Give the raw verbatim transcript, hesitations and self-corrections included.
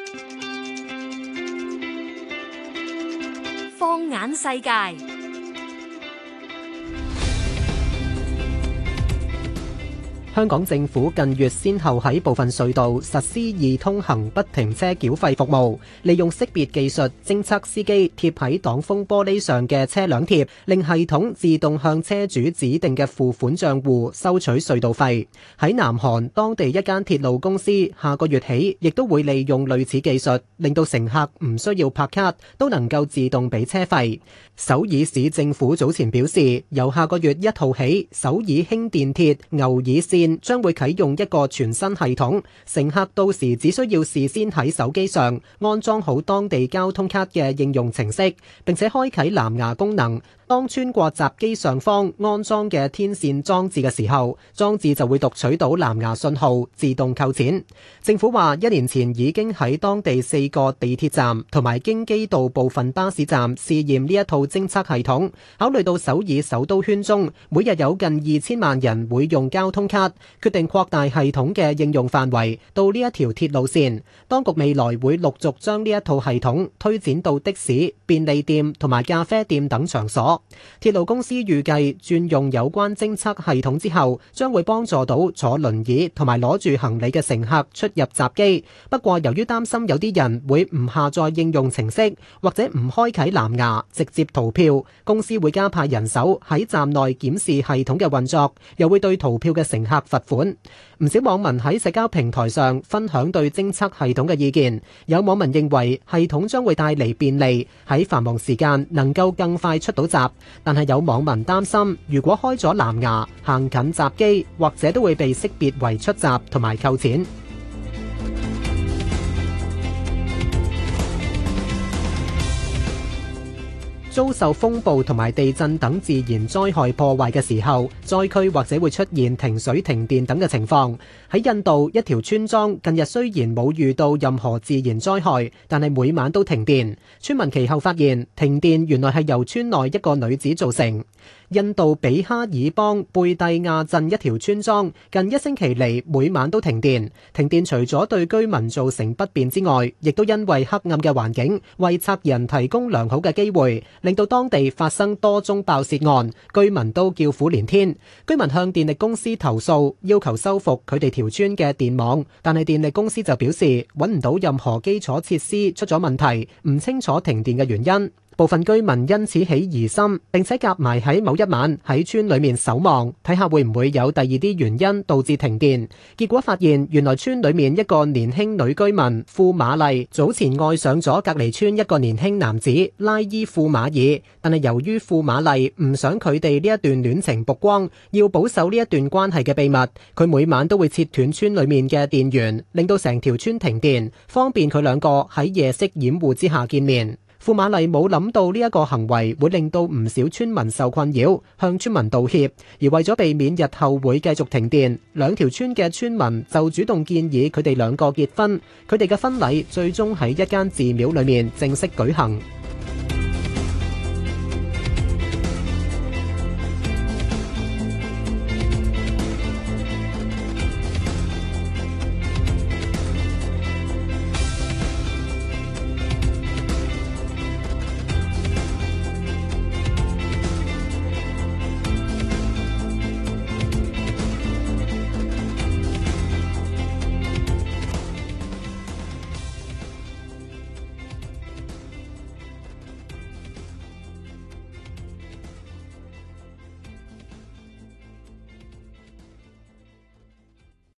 放眼世界。 香港政府近月先後喺部分隧道實施易通行不停車繳費服務，利用識別技術偵測司機貼喺擋風玻璃上嘅車輛貼，令系統自動向車主指定嘅付款賬戶收取隧道費。喺南韓，當地一間鐵路公司下個月起亦都會利用類似技術，令到乘客唔需要拍卡都能夠自動俾車費。首爾市政府早前表示，由下個月一號起，首爾輕電鐵牛耳線將會啟用一個全新系統，乘客到時只需要事先喺手機上安裝好當地交通卡嘅應用程式，並且開啟藍牙功能。當穿過閘機上方安裝嘅天線裝置嘅時候，裝置就會讀取到藍牙信號，自動扣錢。政府話，一年前已經喺當地四個地鐵站同埋京畿道部分巴士站試驗呢一套偵測系統。考慮到首爾首都圈中每日有近二千萬人會用交通卡，決定擴大系統嘅應用範圍到呢一條鐵路線。當局未來會陸續將呢一套系統推展到的士、便利店同埋咖啡店等場所。鐵路公司預計轉用有關偵測系統之後，將會幫助到坐輪椅同埋攞住行李嘅乘客出入閘機。不過，由於擔心有啲人會唔下載應用程式或者唔開啟藍牙直接逃票，公司會加派人手喺站內檢視系統嘅運作，又會對逃票嘅乘客罰款。唔少網民喺社交平台上分享對偵測系統嘅意見。有網民認為系統將會帶嚟便利，喺繁忙時間能夠更快出到閘。但係有網民擔心，如果開咗藍牙，行近閘機，或者都會被識別為出閘同埋扣錢。遭受風暴同埋地震等自然災害破壞嘅時候，災區或者會出現停水停電等嘅情況。喺印度，一條村莊近日雖然冇遇到任何自然災害，但係每晚都停電。村民其後發現，停電原來係由村內一個女子造成。印度比哈爾邦貝蒂亞鎮一條村莊近一星期嚟每晚都停電。停電除咗對居民造成不便之外，亦都因為黑暗嘅環境為賊人提供良好嘅機會，令到當地發生多宗爆竊案，居民都叫苦連天。居民向電力公司投訴，要求修復佢哋條村嘅電網，但係電力公司就表示揾唔到任何基礎設施出咗問題，唔清楚停電嘅原因。部分居民因此起疑心，並且夾埋喺某一晚喺村裏面守望，睇下會唔會有第二啲原因導致停電。結果發現，原來村裏面一個年輕女居民庫瑪麗早前愛上咗隔離村一個年輕男子拉伊庫馬爾，但係由於庫瑪麗唔想佢哋呢一段戀情曝光，要保守呢一段關係嘅秘密，佢每晚都會切斷村裏面嘅電源，令到成條村停電，方便佢兩個喺夜色掩護之下見面。庫瑪麗冇諗到呢一個行為會令到唔少村民受困擾，向村民道歉。而為咗避免日後會繼續停電，兩條村嘅村民就主動建議佢哋兩個結婚。佢哋嘅婚禮最終喺一間寺廟裏面正式舉行。